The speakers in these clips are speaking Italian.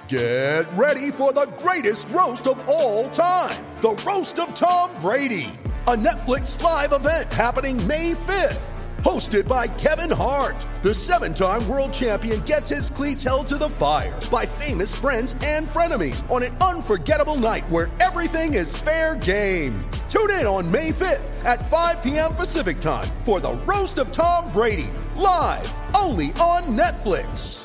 Get ready for the greatest roast of all time, the Roast of Tom Brady, a Netflix live event happening May 5th. Hosted by Kevin Hart, the 7-time world champion gets his cleats held to the fire by famous friends and frenemies on an unforgettable night where everything is fair game. Tune in on May 5th at 5 p.m. Pacific time for the Roast of Tom Brady, live only on Netflix.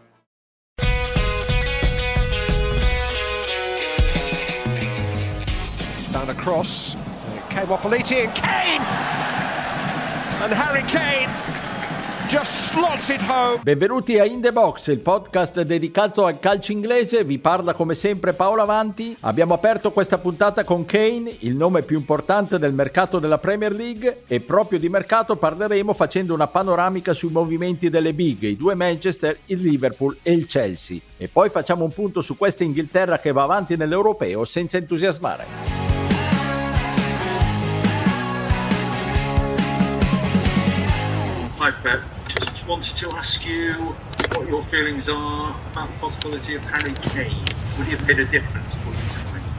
Found a cross, it came off Aliti and Kane! And Harry Kane just slots it home. Benvenuti a In The Box, il podcast dedicato al calcio inglese. Vi parla come sempre Paolo Avanti. Abbiamo aperto questa puntata con Kane, il nome più importante del mercato della Premier League, e proprio di mercato parleremo facendo una panoramica sui movimenti delle big, i due Manchester, il Liverpool e il Chelsea. E poi facciamo un punto su questa Inghilterra che va avanti nell'Europeo senza entusiasmare. Hi Pep, just wanted to ask you what your feelings are about the possibility of Harry Kane. Would he have made a difference for you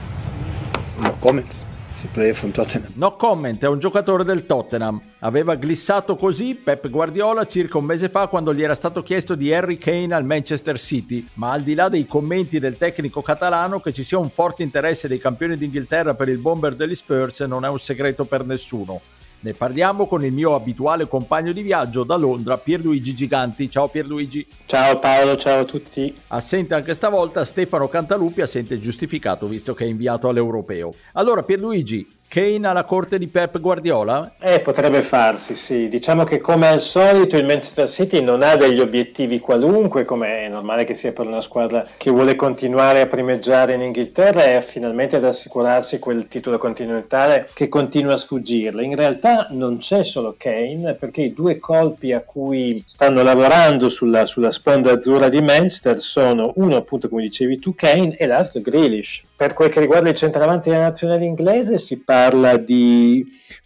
tonight? No comments. He's a player from Tottenham. No comment, è un giocatore del Tottenham. Aveva glissato così Pep Guardiola circa un mese fa quando gli era stato chiesto di Harry Kane al Manchester City, ma al di là dei commenti del tecnico catalano, che ci sia un forte interesse dei campioni d'Inghilterra per il bomber degli Spurs non è un segreto per nessuno. Ne parliamo con il mio abituale compagno di viaggio da Londra, Pierluigi Giganti. Ciao Pierluigi. Ciao Paolo, ciao a tutti. Assente anche stavolta Stefano Cantalupi, assente giustificato visto che è inviato all'Europeo. Allora Pierluigi, Kane alla corte di Pep Guardiola? Potrebbe farsi, sì. Diciamo che come al solito il Manchester City non ha degli obiettivi qualunque, come è normale che sia per una squadra che vuole continuare a primeggiare in Inghilterra e finalmente ad assicurarsi quel titolo continentale che continua a sfuggirle. In realtà non c'è solo Kane, perché i due colpi a cui stanno lavorando sulla sponda azzurra di Manchester sono uno, appunto come dicevi tu, Kane, e l'altro Grealish. Per quel che riguarda il centravanti della nazionale inglese si parla di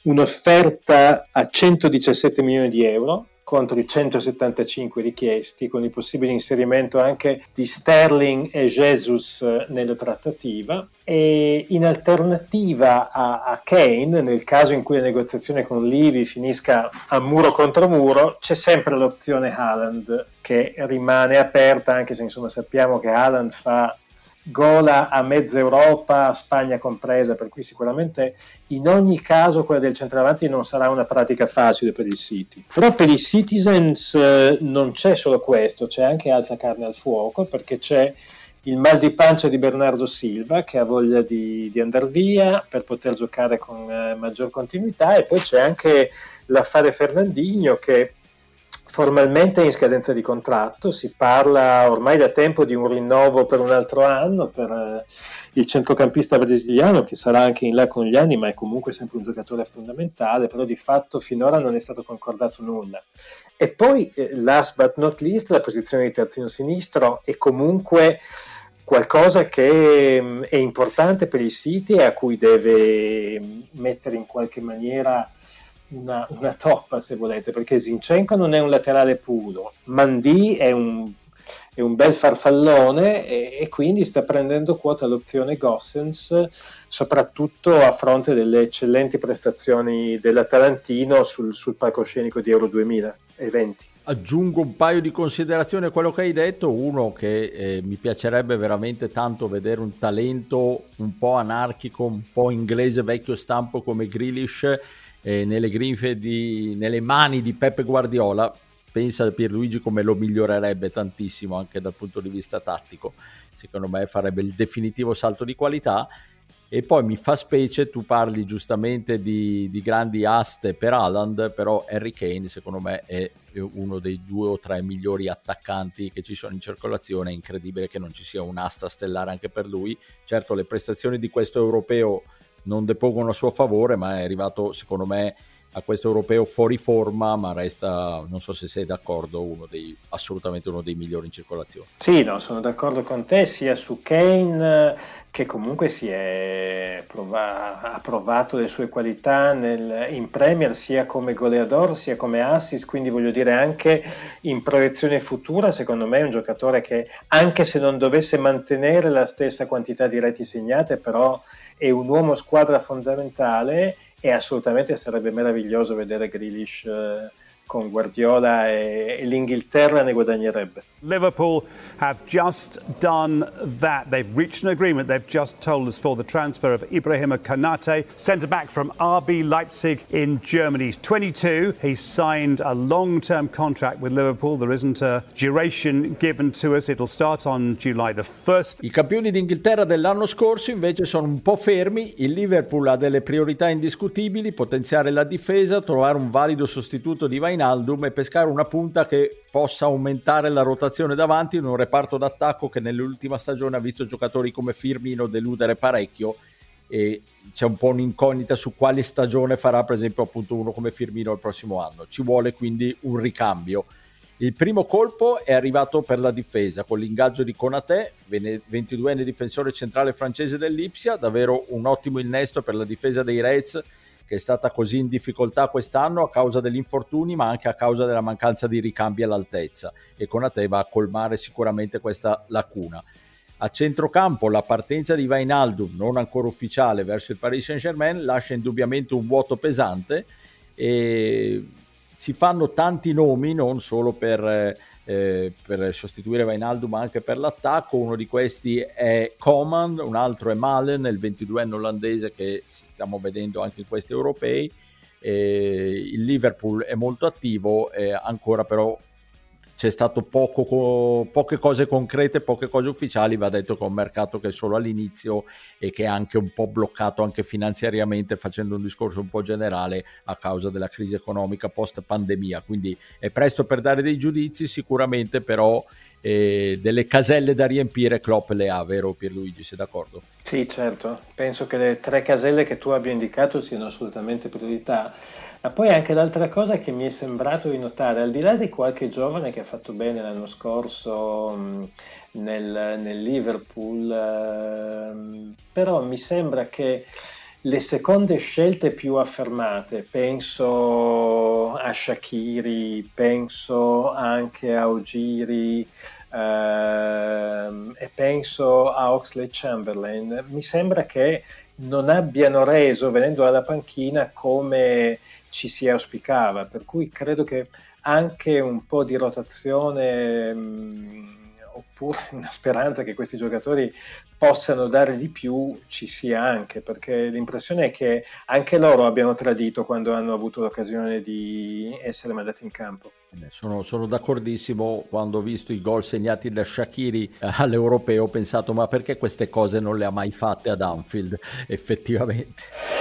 un'offerta a 117 milioni di euro contro i 175 richiesti, con il possibile inserimento anche di Sterling e Jesus nella trattativa. E in alternativa a Kane, nel caso in cui la negoziazione con Levy finisca a muro contro muro, c'è sempre l'opzione Haaland, che rimane aperta, anche se insomma sappiamo che Haaland fa gola a mezza Europa, Spagna compresa, per cui sicuramente in ogni caso quella del centravanti non sarà una pratica facile per il City. Però per i Citizens non c'è solo questo, c'è anche altra carne al fuoco, perché c'è il mal di pancia di Bernardo Silva, che ha voglia di andare via per poter giocare con maggior continuità, e poi c'è anche l'affare Fernandinho, che formalmente è in scadenza di contratto. Si parla ormai da tempo di un rinnovo per un altro anno per il centrocampista brasiliano, che sarà anche in là con gli anni, ma è comunque sempre un giocatore fondamentale, però di fatto finora non è stato concordato nulla. E poi, last but not least, la posizione di terzino sinistro è comunque qualcosa che è importante per il City e a cui deve mettere in qualche maniera una toppa, se volete, perché Zinchenko non è un laterale puro, Mandi è un bel farfallone e quindi sta prendendo quota l'opzione Gossens, soprattutto a fronte delle eccellenti prestazioni dell'Atalantino sul palcoscenico di Euro 2020. Aggiungo un paio di considerazioni a quello che hai detto. Uno, che mi piacerebbe veramente tanto vedere un talento un po' anarchico, un po' inglese vecchio stampo come Grealish nelle grinfie nelle mani di Pep Guardiola. Pensa Pierluigi come lo migliorerebbe tantissimo anche dal punto di vista tattico. Secondo me farebbe il definitivo salto di qualità. E poi mi fa specie, tu parli giustamente di grandi aste per Haaland, però Harry Kane secondo me è uno dei 2 o 3 migliori attaccanti che ci sono in circolazione. È incredibile che non ci sia un'asta stellare anche per lui. Certo, le prestazioni di questo europeo non depongono a suo favore, ma è arrivato secondo me a questo europeo fuori forma, ma resta, non so se sei d'accordo, assolutamente uno dei migliori in circolazione. Sì, no, sono d'accordo con te, sia su Kane, che comunque ha provato le sue qualità in Premier, sia come goleador sia come assist, quindi voglio dire anche in proiezione futura secondo me è un giocatore che, anche se non dovesse mantenere la stessa quantità di reti segnate, però è un uomo squadra fondamentale, e assolutamente sarebbe meraviglioso vedere Grealish con Guardiola, e l'Inghilterra ne guadagnerebbe. Liverpool have just done that. They've reached an agreement. They've just told us for the transfer of Ibrahima Konate, centre-back from RB Leipzig in Germany. He's 22. He's signed a long-term contract with Liverpool. There isn't a duration given to us. It'll start on July the 1st. I campioni d'Inghilterra dell'anno scorso invece sono un po' fermi. Il Liverpool ha delle priorità indiscutibili: potenziare la difesa, trovare un valido sostituto di Wijnaldum e pescare una punta che possa aumentare la rotazione davanti in un reparto d'attacco che nell'ultima stagione ha visto giocatori come Firmino deludere parecchio, e c'è un po' un'incognita su quale stagione farà per esempio appunto uno come Firmino il prossimo anno. Ci vuole quindi un ricambio. Il primo colpo è arrivato per la difesa con l'ingaggio di Konaté, 22enne difensore centrale francese dell'Ipsia, davvero un ottimo innesto per la difesa dei Reds, che è stata così in difficoltà quest'anno a causa degli infortuni, ma anche a causa della mancanza di ricambi all'altezza, e Konaté va a colmare sicuramente questa lacuna. A centrocampo la partenza di Wijnaldum, non ancora ufficiale, verso il Paris Saint-Germain lascia indubbiamente un vuoto pesante, e si fanno tanti nomi non solo per sostituire Wijnaldum ma anche per l'attacco. Uno di questi è Coman, un altro è Malen, il 22enne olandese che stiamo vedendo anche in questi europei. Il Liverpool è molto attivo, ancora però c'è stato poche cose concrete, poche cose ufficiali. Va detto che è un mercato che è solo all'inizio e che è anche un po' bloccato anche finanziariamente, facendo un discorso un po' generale a causa della crisi economica post pandemia, quindi è presto per dare dei giudizi. Sicuramente però delle caselle da riempire Klopp le ha, vero Pierluigi, sei d'accordo? Sì, certo, penso che le 3 caselle che tu abbia indicato siano assolutamente priorità, ma poi anche l'altra cosa che mi è sembrato di notare, al di là di qualche giovane che ha fatto bene l'anno scorso nel Liverpool, però mi sembra che le seconde scelte più affermate, penso a Shaqiri, penso anche a Ojiri, e penso a Oxlade-Chamberlain, mi sembra che non abbiano reso, venendo dalla panchina, come ci si auspicava, per cui credo che anche un po' di rotazione oppure una speranza che questi giocatori possano dare di più ci sia anche, perché l'impressione è che anche loro abbiano tradito quando hanno avuto l'occasione di essere mandati in campo. Sono d'accordissimo. Quando ho visto i gol segnati da Shaqiri all'Europeo ho pensato: ma perché queste cose non le ha mai fatte ad Anfield? Effettivamente.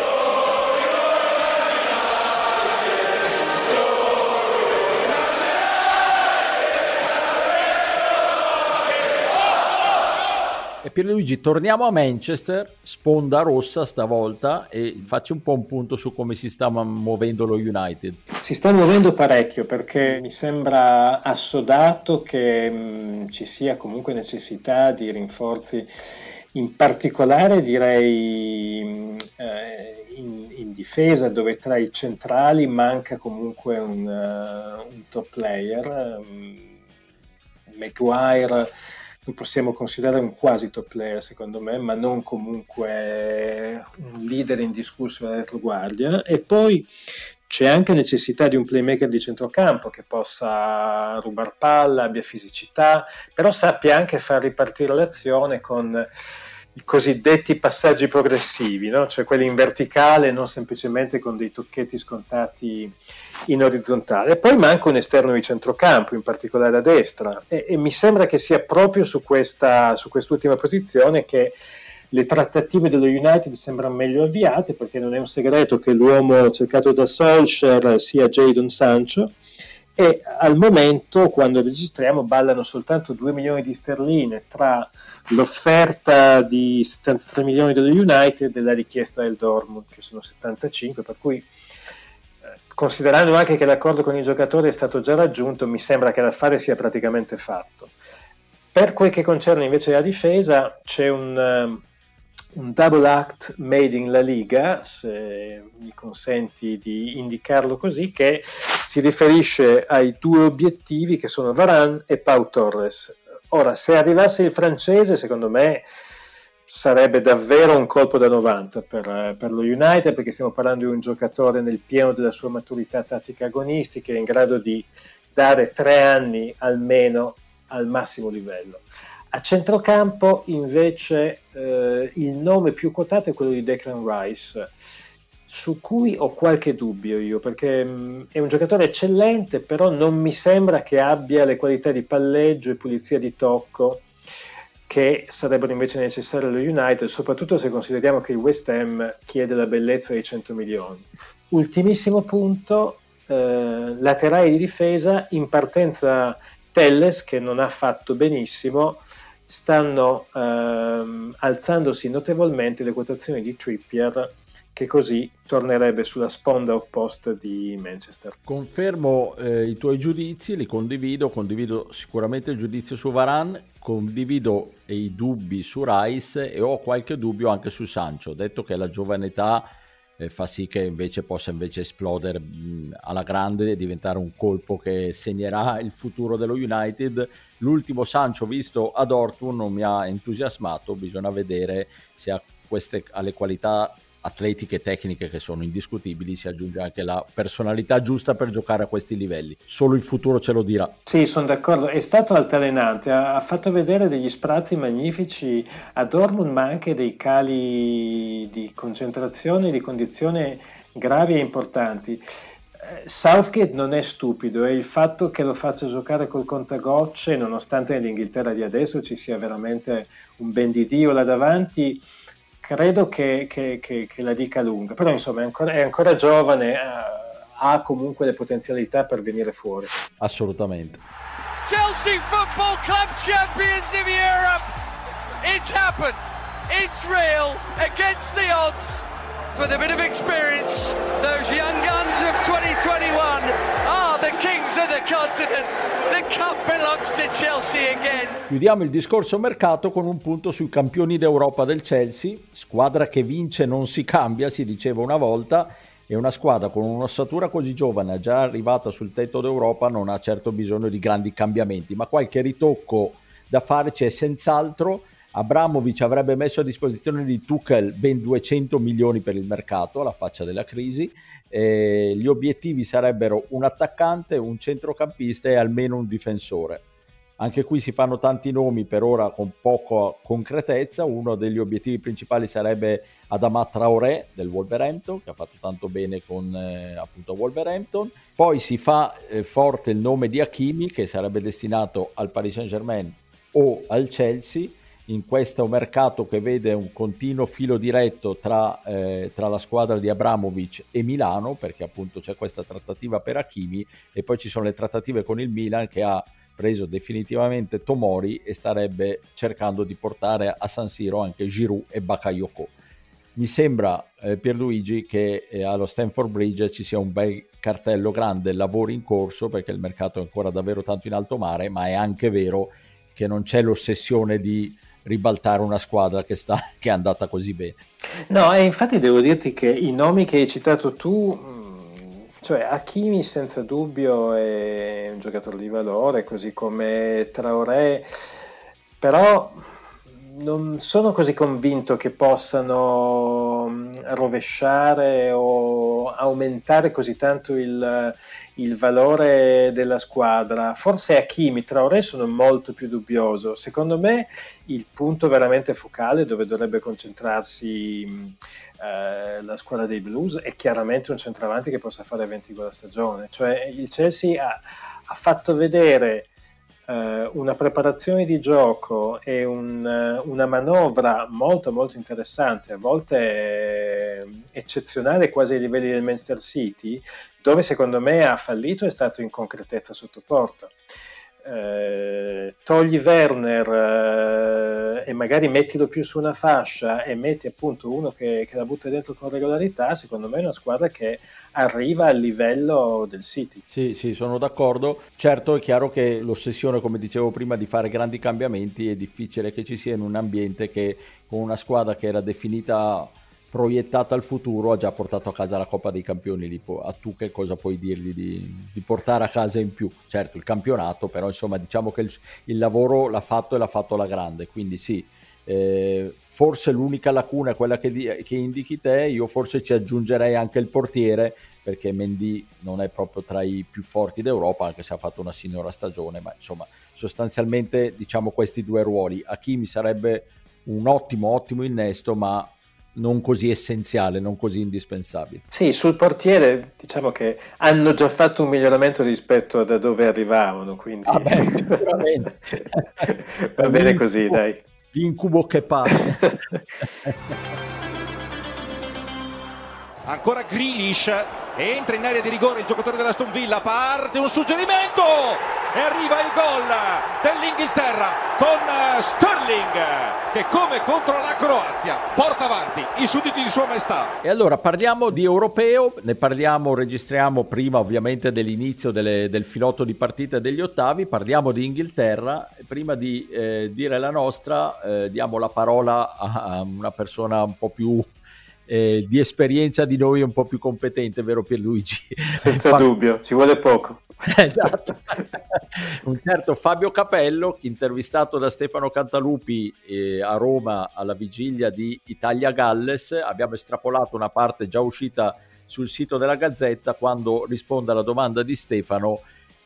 E Pierluigi, torniamo a Manchester, sponda rossa stavolta, e facci un po' un punto su come si sta muovendo lo United. Si sta muovendo parecchio, perché mi sembra assodato che ci sia comunque necessità di rinforzi, in particolare direi in difesa, dove tra i centrali manca comunque un top player. Maguire lo possiamo considerare un quasi top player secondo me, ma non comunque un leader indiscusso della retroguardia. E poi c'è anche necessità di un playmaker di centrocampo che possa rubar palla, abbia fisicità, però sappia anche far ripartire l'azione con i cosiddetti passaggi progressivi, no? Cioè quelli in verticale, non semplicemente con dei tocchetti scontati in orizzontale. E poi manca un esterno di centrocampo, in particolare a destra, e mi sembra che sia proprio su quest'ultima posizione che le trattative dello United sembrano meglio avviate, perché non è un segreto che l'uomo cercato da Solskjaer sia Jadon Sancho, e al momento, quando registriamo, ballano soltanto 2 milioni di sterline tra l'offerta di 73 milioni dello United e la richiesta del Dortmund, che sono 75, per cui considerando anche che l'accordo con i giocatori è stato già raggiunto, mi sembra che l'affare sia praticamente fatto. Per quel che concerne invece la difesa, c'è un double act made in La Liga, se mi consenti di indicarlo così, che si riferisce ai due obiettivi che sono Varane e Pau Torres. Ora, se arrivasse il francese, secondo me sarebbe davvero un colpo da 90 per lo United, perché stiamo parlando di un giocatore nel pieno della sua maturità tattica agonistica, in grado di dare 3 anni almeno al massimo livello. A centrocampo invece il nome più quotato è quello di Declan Rice, su cui ho qualche dubbio io, perché è un giocatore eccellente, però non mi sembra che abbia le qualità di palleggio e pulizia di tocco che sarebbero invece necessarie allo United, soprattutto se consideriamo che il West Ham chiede la bellezza dei 100 milioni. Ultimissimo punto, laterali di difesa, in partenza Telles, che non ha fatto benissimo, stanno alzandosi notevolmente le quotazioni di Trippier, che così tornerebbe sulla sponda opposta di Manchester. Confermo i tuoi giudizi, li condivido sicuramente il giudizio su Varane, condivido i dubbi su Rice e ho qualche dubbio anche su Sancho, detto che la giovane età fa sì che invece possa esplodere alla grande e diventare un colpo che segnerà il futuro dello United. L'ultimo Sancho visto a Dortmund non mi ha entusiasmato, bisogna vedere se ha le qualità atletiche e tecniche che sono indiscutibili, si aggiunge anche la personalità giusta per giocare a questi livelli. Solo il futuro ce lo dirà. Sì, sono d'accordo, è stato altalenante, ha fatto vedere degli sprazzi magnifici a Dortmund, ma anche dei cali di concentrazione, di condizione gravi e importanti. Southgate non è stupido, e il fatto che lo faccia giocare col contagocce, nonostante nell'Inghilterra di adesso ci sia veramente un ben di Dio là davanti, credo che la dica lunga, però insomma è ancora giovane, ha comunque le potenzialità per venire fuori. Assolutamente. Chelsea Football Club champions of Europe. It's happened. It's real against the odds. With a bit of experience, those young guns of 2021 are the kings of the continent. The cup belongs to Chelsea again. Chiudiamo il discorso mercato con un punto sui campioni d'Europa del Chelsea, squadra che vince non si cambia, si diceva una volta, e una squadra con un'ossatura così giovane, già arrivata sul tetto d'Europa, non ha certo bisogno di grandi cambiamenti, ma qualche ritocco da fare c'è senz'altro. Abramovic avrebbe messo a disposizione di Tuchel ben 200 milioni per il mercato, alla faccia della crisi. Gli obiettivi sarebbero un attaccante, un centrocampista e almeno un difensore. Anche qui si fanno tanti nomi, per ora con poca concretezza. Uno degli obiettivi principali sarebbe Adama Traoré del Wolverhampton, che ha fatto tanto bene con appunto Wolverhampton. Poi si fa forte il nome di Hakimi, che sarebbe destinato al Paris Saint-Germain o al Chelsea, in questo mercato che vede un continuo filo diretto tra la squadra di Abramovic e Milano, perché appunto c'è questa trattativa per Hakimi e poi ci sono le trattative con il Milan, che ha preso definitivamente Tomori e starebbe cercando di portare a San Siro anche Giroud e Bakayoko. Mi sembra, Pierluigi, che allo Stamford Bridge ci sia un bel cartello grande, lavori in corso, perché il mercato è ancora davvero tanto in alto mare, ma è anche vero che non c'è l'ossessione di ribaltare una squadra che è andata così bene. No, e infatti devo dirti che i nomi che hai citato tu, cioè Hakimi senza dubbio è un giocatore di valore, così come Traoré, però non sono così convinto che possano rovesciare o aumentare così tanto il valore della squadra. Forse Hakimi, Traoré sono molto più dubbioso. Secondo me il punto veramente focale dove dovrebbe concentrarsi la squadra dei Blues è chiaramente un centravanti che possa fare 20 gol a stagione. Cioè il Chelsea ha fatto vedere una preparazione di gioco e una manovra molto molto interessante, a volte eccezionale, quasi ai livelli del Manchester City, dove secondo me ha fallito è stato in concretezza sotto porta. togli Werner e magari mettilo più su una fascia e metti appunto uno che la butta dentro con regolarità, secondo me è una squadra che arriva al livello del City. Sì, sono d'accordo. Certo, è chiaro che l'ossessione, come dicevo prima, di fare grandi cambiamenti è difficile che ci sia in un ambiente che, con una squadra che era definita proiettata al futuro, ha già portato a casa la Coppa dei Campioni. A tu che cosa puoi dirgli di portare a casa in più? Certo, il campionato, però insomma diciamo che il lavoro l'ha fatto e l'ha fatto alla grande, quindi sì. Forse l'unica lacuna è quella che indichi te. Io forse ci aggiungerei anche il portiere, perché Mendy non è proprio tra i più forti d'Europa, anche se ha fatto una signora stagione, ma insomma sostanzialmente diciamo questi due ruoli. Hakimi sarebbe un ottimo innesto, ma non così essenziale, non così indispensabile. Sì, sul portiere diciamo che hanno già fatto un miglioramento rispetto da dove arrivavano, quindi sicuramente. Va bene così, dai. L'incubo che parte. Ancora Grealish, entra in area di rigore il giocatore dell'Aston Villa, parte un suggerimento e arriva il gol dell'Inghilterra con Sterling che, come contro la Croazia, porta avanti i sudditi di Sua Maestà. E allora parliamo di europeo, registriamo prima ovviamente dell'inizio del filotto di partita degli ottavi, parliamo di Inghilterra. Prima di dire la nostra, diamo la parola a una persona un po' più di esperienza di noi, un po' più competente, vero Pierluigi? Senza dubbio, ci vuole poco. Esatto. Un certo Fabio Capello, intervistato da Stefano Cantalupi a Roma alla vigilia di Italia-Galles. Abbiamo estrapolato una parte già uscita sul sito della Gazzetta, quando risponde alla domanda di Stefano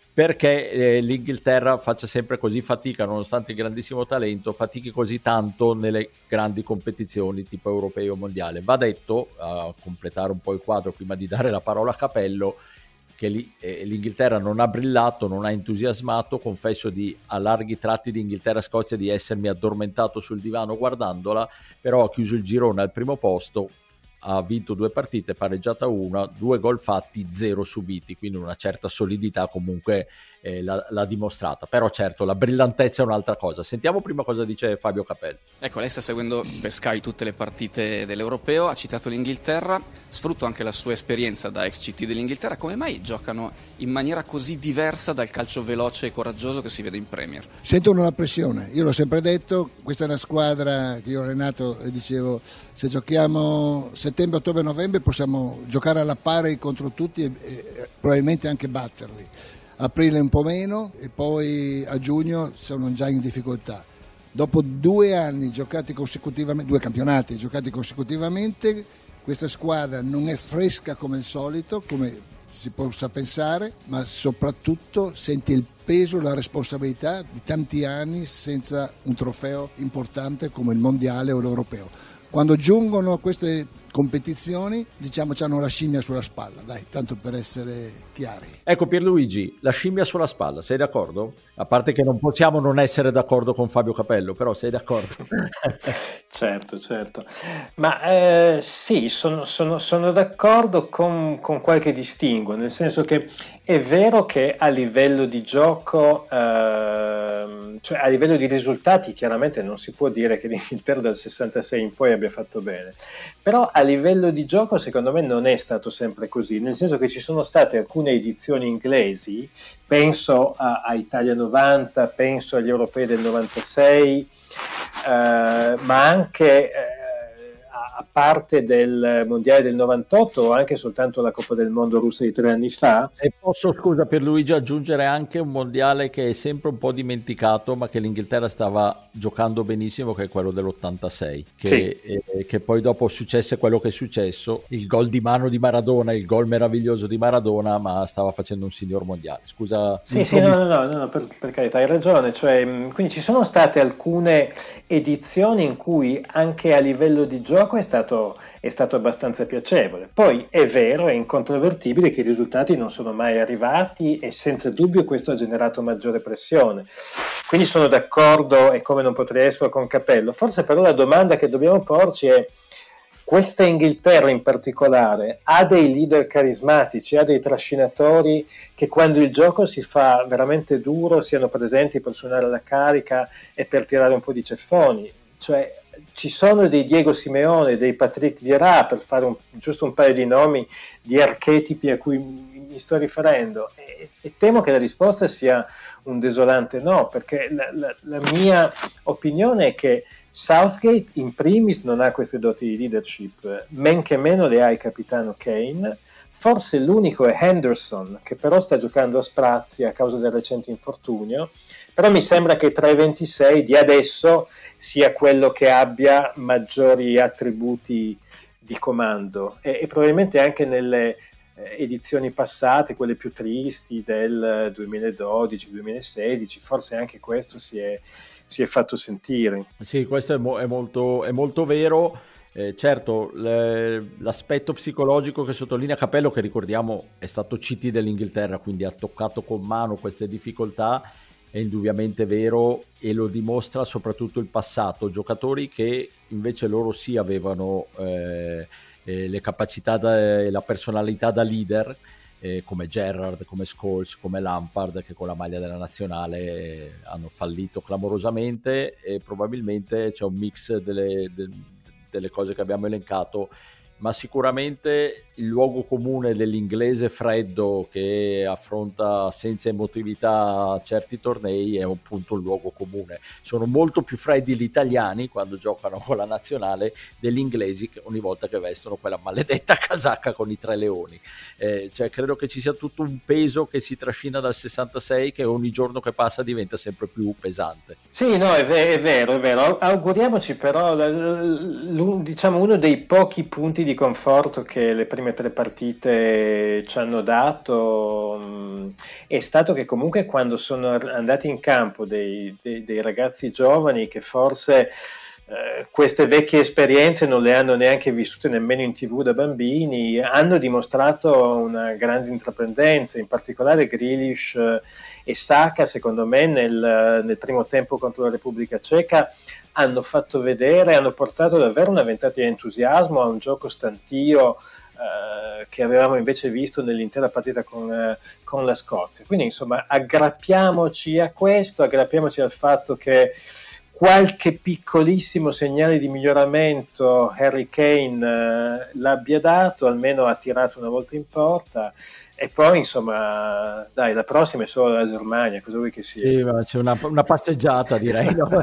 perché l'Inghilterra faccia sempre così fatica, nonostante il grandissimo talento, fatichi così tanto nelle grandi competizioni tipo europeo o mondiale. Va detto, a completare un po' il quadro prima di dare la parola a Capello, che l'Inghilterra non ha brillato, non ha entusiasmato. Confesso a larghi tratti di Inghilterra-Scozia di essermi addormentato sul divano guardandola, però ha chiuso il girone al primo posto, ha vinto 2 partite, pareggiata 1, 2 gol fatti, 0 subiti, quindi una certa solidità comunque l'ha dimostrata. Però certo, la brillantezza è un'altra cosa. Sentiamo prima cosa dice Fabio Capello. Ecco, lei sta seguendo per Sky tutte le partite dell'Europeo, ha citato l'Inghilterra, sfrutto anche la sua esperienza da ex CT dell'Inghilterra. Come mai giocano in maniera così diversa dal calcio veloce e coraggioso che si vede in Premier? Sentono la pressione, io l'ho sempre detto, questa è una squadra che io ho allenato e dicevo, se giochiamo settembre, ottobre, novembre possiamo giocare alla pari contro tutti e probabilmente anche batterli. Aprile un po' meno e poi a giugno sono già in difficoltà. Dopo 2 anni giocati consecutivamente, 2 campionati giocati consecutivamente, questa squadra non è fresca come il solito, come si possa pensare, ma soprattutto sente il peso, la responsabilità di tanti anni senza un trofeo importante come il mondiale o l'europeo. Quando giungono a queste competizioni, diciamo, hanno la scimmia sulla spalla, dai, tanto per essere chiari. Ecco Pierluigi, la scimmia sulla spalla, sei d'accordo? A parte che non possiamo non essere d'accordo con Fabio Capello, però sei d'accordo? Certo. Ma sì, sono d'accordo con qualche distinguo, nel senso che è vero che a livello di gioco, cioè a livello di risultati, chiaramente non si può dire che l'Inghilterra dal 66 in poi abbia fatto bene, però a livello di gioco secondo me non è stato sempre così, nel senso che ci sono state alcune edizioni inglesi, penso a Italia 90, penso agli europei del 96, ma anche a parte del mondiale del 98 o anche soltanto la Coppa del Mondo russa di 3 anni fa. E posso, scusa Pierluigi, aggiungere anche un mondiale che è sempre un po' dimenticato ma che l'Inghilterra stava giocando benissimo, che è quello dell'86, che poi dopo successe quello che è successo, il gol di mano di Maradona, il gol meraviglioso di Maradona, ma stava facendo un signor mondiale. Scusa. No, per carità, hai ragione, cioè, quindi ci sono state alcune edizioni in cui anche a livello di gioco è stato abbastanza piacevole. Poi è vero, è incontrovertibile che i risultati non sono mai arrivati e senza dubbio questo ha generato maggiore pressione. Quindi sono d'accordo, e come non potrei essere, con Capello. Forse però la domanda che dobbiamo porci è: questa Inghilterra in particolare ha dei leader carismatici, ha dei trascinatori che quando il gioco si fa veramente duro siano presenti per suonare la carica e per tirare un po' di ceffoni. Cioè ci sono dei Diego Simeone, dei Patrick Vieira, per fare giusto un paio di nomi di archetipi a cui mi sto riferendo, e temo che la risposta sia un desolante no, perché la mia opinione è che Southgate in primis non ha queste doti di leadership, men che meno le ha il capitano Kane. Forse l'unico è Henderson, che però sta giocando a sprazzi a causa del recente infortunio, però mi sembra che tra i 26 di adesso sia quello che abbia maggiori attributi di comando, e probabilmente anche nelle edizioni passate, quelle più tristi del 2012-2016, forse anche questo si è fatto sentire. Sì, questo è molto vero. Certo, l'aspetto psicologico che sottolinea Capello, che ricordiamo è stato CT dell'Inghilterra, quindi ha toccato con mano queste difficoltà, è indubbiamente vero, e lo dimostra soprattutto il passato. Giocatori che invece loro sì avevano le capacità e la personalità da leader, come Gerrard, come Scholes, come Lampard, che con la maglia della nazionale hanno fallito clamorosamente, e probabilmente c'è un mix delle cose che abbiamo elencato, ma sicuramente il luogo comune dell'inglese freddo che affronta senza emotività certi tornei è appunto il luogo comune. Sono molto più freddi gli italiani quando giocano con la nazionale degli inglesi, che ogni volta che vestono quella maledetta casacca con i 3 leoni. Cioè credo che ci sia tutto un peso che si trascina dal 66, che ogni giorno che passa diventa sempre più pesante. Sì, no, è vero. Auguriamoci però, diciamo, uno dei pochi punti di conforto che le prime 3 partite ci hanno dato è stato che comunque quando sono andati in campo dei ragazzi giovani che forse queste vecchie esperienze non le hanno neanche vissute nemmeno in TV da bambini, hanno dimostrato una grande intraprendenza, in particolare Grealish e Saka, secondo me nel primo tempo contro la Repubblica Ceca hanno fatto vedere, hanno portato davvero una ventata di entusiasmo a un gioco stantio che avevamo invece visto nell'intera partita con la Scozia. Quindi insomma aggrappiamoci a questo, aggrappiamoci al fatto che qualche piccolissimo segnale di miglioramento Harry Kane l'abbia dato, almeno ha tirato una volta in porta. E poi insomma dai, la prossima è solo la Germania, cosa vuoi che sia? Sì, ma c'è una passeggiata, direi, no?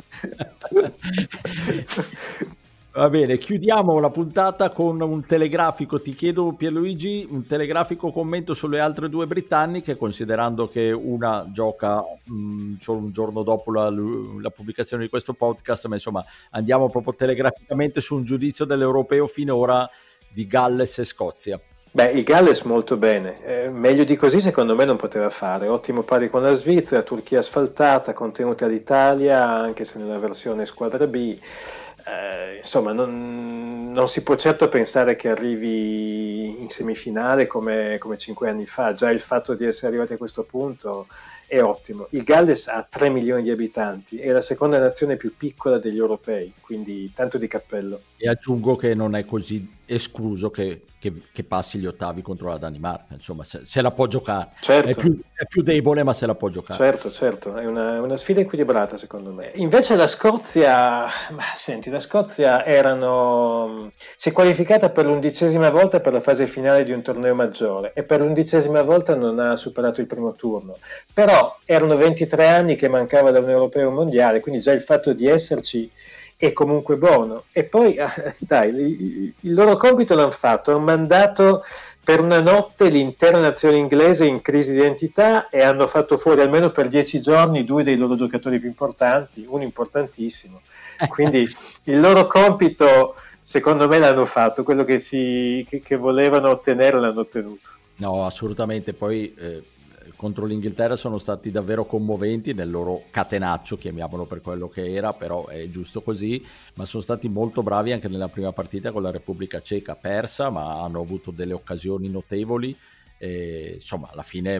Va bene, chiudiamo la puntata con un telegrafico. Ti chiedo, Pierluigi, un telegrafico commento sulle altre 2 britanniche, considerando che una gioca solo un giorno dopo la pubblicazione di questo podcast, ma insomma andiamo proprio telegraficamente su un giudizio dell'europeo finora di Galles e Scozia. Beh, il Galles molto bene, meglio di così secondo me non poteva fare, ottimo pari con la Svizzera, Turchia asfaltata, contenuta l'Italia, anche se nella versione squadra B. Insomma non si può certo pensare che arrivi in semifinale come 5 anni fa. Già il fatto di essere arrivati a questo punto è ottimo. Il Galles ha 3 milioni di abitanti, è la seconda nazione più piccola degli europei, quindi tanto di cappello. E aggiungo che non è così escluso che passi gli ottavi contro la Danimarca, insomma se la può giocare. Certo. È più debole, ma se la può giocare. Certo, è una sfida equilibrata secondo me. Invece la Scozia, la Scozia si è qualificata per l'11ª volta per la fase finale di un torneo maggiore e per l'11ª volta non ha superato il primo turno, però erano 23 anni che mancava da un europeo mondiale, quindi già il fatto di esserci è comunque buono. E poi dai, il loro compito l'hanno fatto, hanno mandato per una notte l'intera nazione inglese in crisi di identità e hanno fatto fuori almeno per 10 giorni 2 dei loro giocatori più importanti, uno importantissimo, quindi il loro compito secondo me l'hanno fatto, quello che volevano ottenere l'hanno ottenuto. No, assolutamente. Poi contro l'Inghilterra sono stati davvero commoventi nel loro catenaccio, chiamiamolo per quello che era, però è giusto così, ma sono stati molto bravi anche nella prima partita con la Repubblica Ceca, persa, ma hanno avuto delle occasioni notevoli e, insomma, alla fine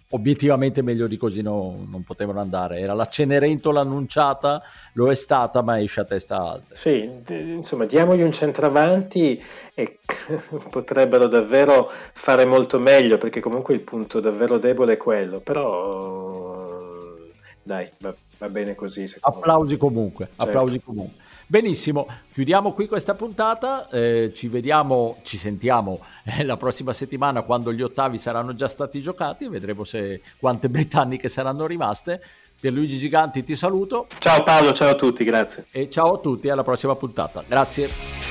obiettivamente meglio di così non potevano andare. Era la Cenerentola annunciata, lo è stata, ma esce a testa alta. Sì, insomma, diamogli un centravanti e potrebbero davvero fare molto meglio, perché comunque il punto davvero debole è quello, però dai, va bene così. Applausi comunque, certo. Applausi comunque. Benissimo, chiudiamo qui questa puntata, ci sentiamo la prossima settimana quando gli ottavi saranno già stati giocati e vedremo quante britanniche saranno rimaste. Pierluigi Giganti ti saluto. Ciao Paolo, ciao a tutti, grazie. E ciao a tutti, alla prossima puntata. Grazie.